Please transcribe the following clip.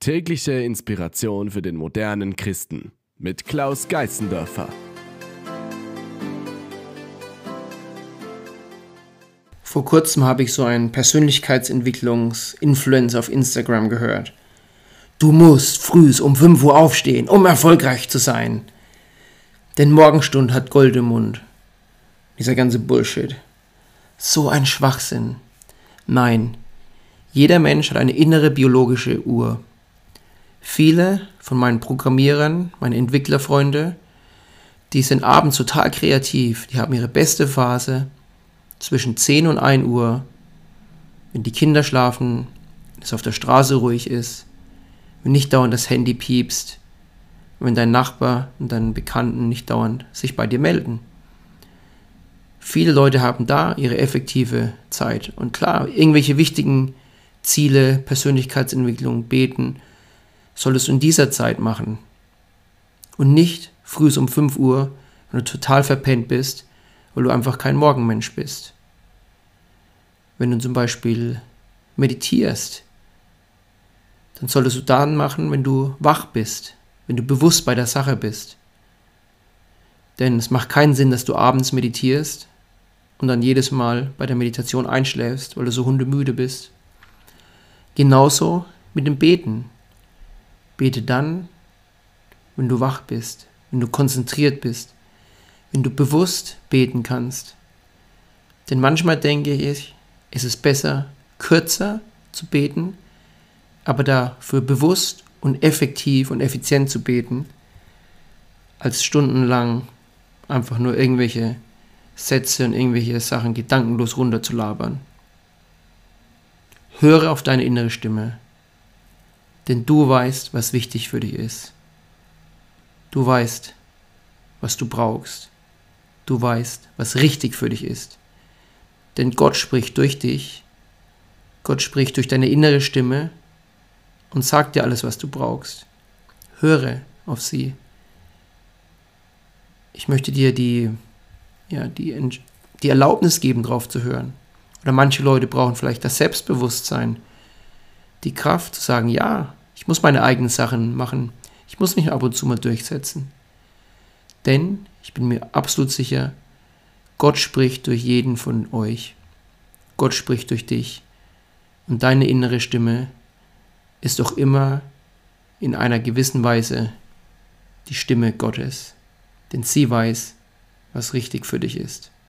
Tägliche Inspiration für den modernen Christen mit Klaus Geißendörfer. Vor kurzem habe ich so einen Persönlichkeitsentwicklungs-Influencer auf Instagram gehört. Du musst frühs um 5 Uhr aufstehen, um erfolgreich zu sein. Denn Morgenstund hat Gold im Mund. Dieser ganze Bullshit. So ein Schwachsinn. Nein, jeder Mensch hat eine innere biologische Uhr. Viele von meinen Programmierern, meine Entwicklerfreunde, die sind abends total kreativ. Die haben ihre beste Phase zwischen 10 und 1 Uhr, wenn die Kinder schlafen, wenn es auf der Straße ruhig ist, wenn nicht dauernd das Handy piepst, wenn dein Nachbar und deine Bekannten nicht dauernd sich bei dir melden. Viele Leute haben da ihre effektive Zeit. Und klar, irgendwelche wichtigen Ziele, Persönlichkeitsentwicklung, Beten, solltest du in dieser Zeit machen. Und nicht früh um 5 Uhr, wenn du total verpennt bist, weil du einfach kein Morgenmensch bist. Wenn du zum Beispiel meditierst, dann solltest du dann machen, wenn du wach bist, wenn du bewusst bei der Sache bist. Denn es macht keinen Sinn, dass du abends meditierst und dann jedes Mal bei der Meditation einschläfst, weil du so hundemüde bist. Genauso mit dem Beten. Bete dann, wenn du wach bist, wenn du konzentriert bist, wenn du bewusst beten kannst. Denn manchmal denke ich, es ist besser, kürzer zu beten, aber dafür bewusst und effektiv und effizient zu beten, als stundenlang einfach nur irgendwelche Sätze und irgendwelche Sachen gedankenlos runterzulabern. Höre auf deine innere Stimme, denn du weißt, was wichtig für dich ist. Du weißt, was du brauchst. Du weißt, was richtig für dich ist. Denn Gott spricht durch dich, Gott spricht durch deine innere Stimme und sagt dir alles, was du brauchst. Höre auf sie. Ich möchte dir die Erlaubnis geben, drauf zu hören. Oder manche Leute brauchen vielleicht das Selbstbewusstsein, die Kraft zu sagen, ja, ich muss meine eigenen Sachen machen. Ich muss mich ab und zu mal durchsetzen. Denn ich bin mir absolut sicher, Gott spricht durch jeden von euch. Gott spricht durch dich. Und deine innere Stimme ist doch immer in einer gewissen Weise die Stimme Gottes. Denn sie weiß, was richtig für dich ist.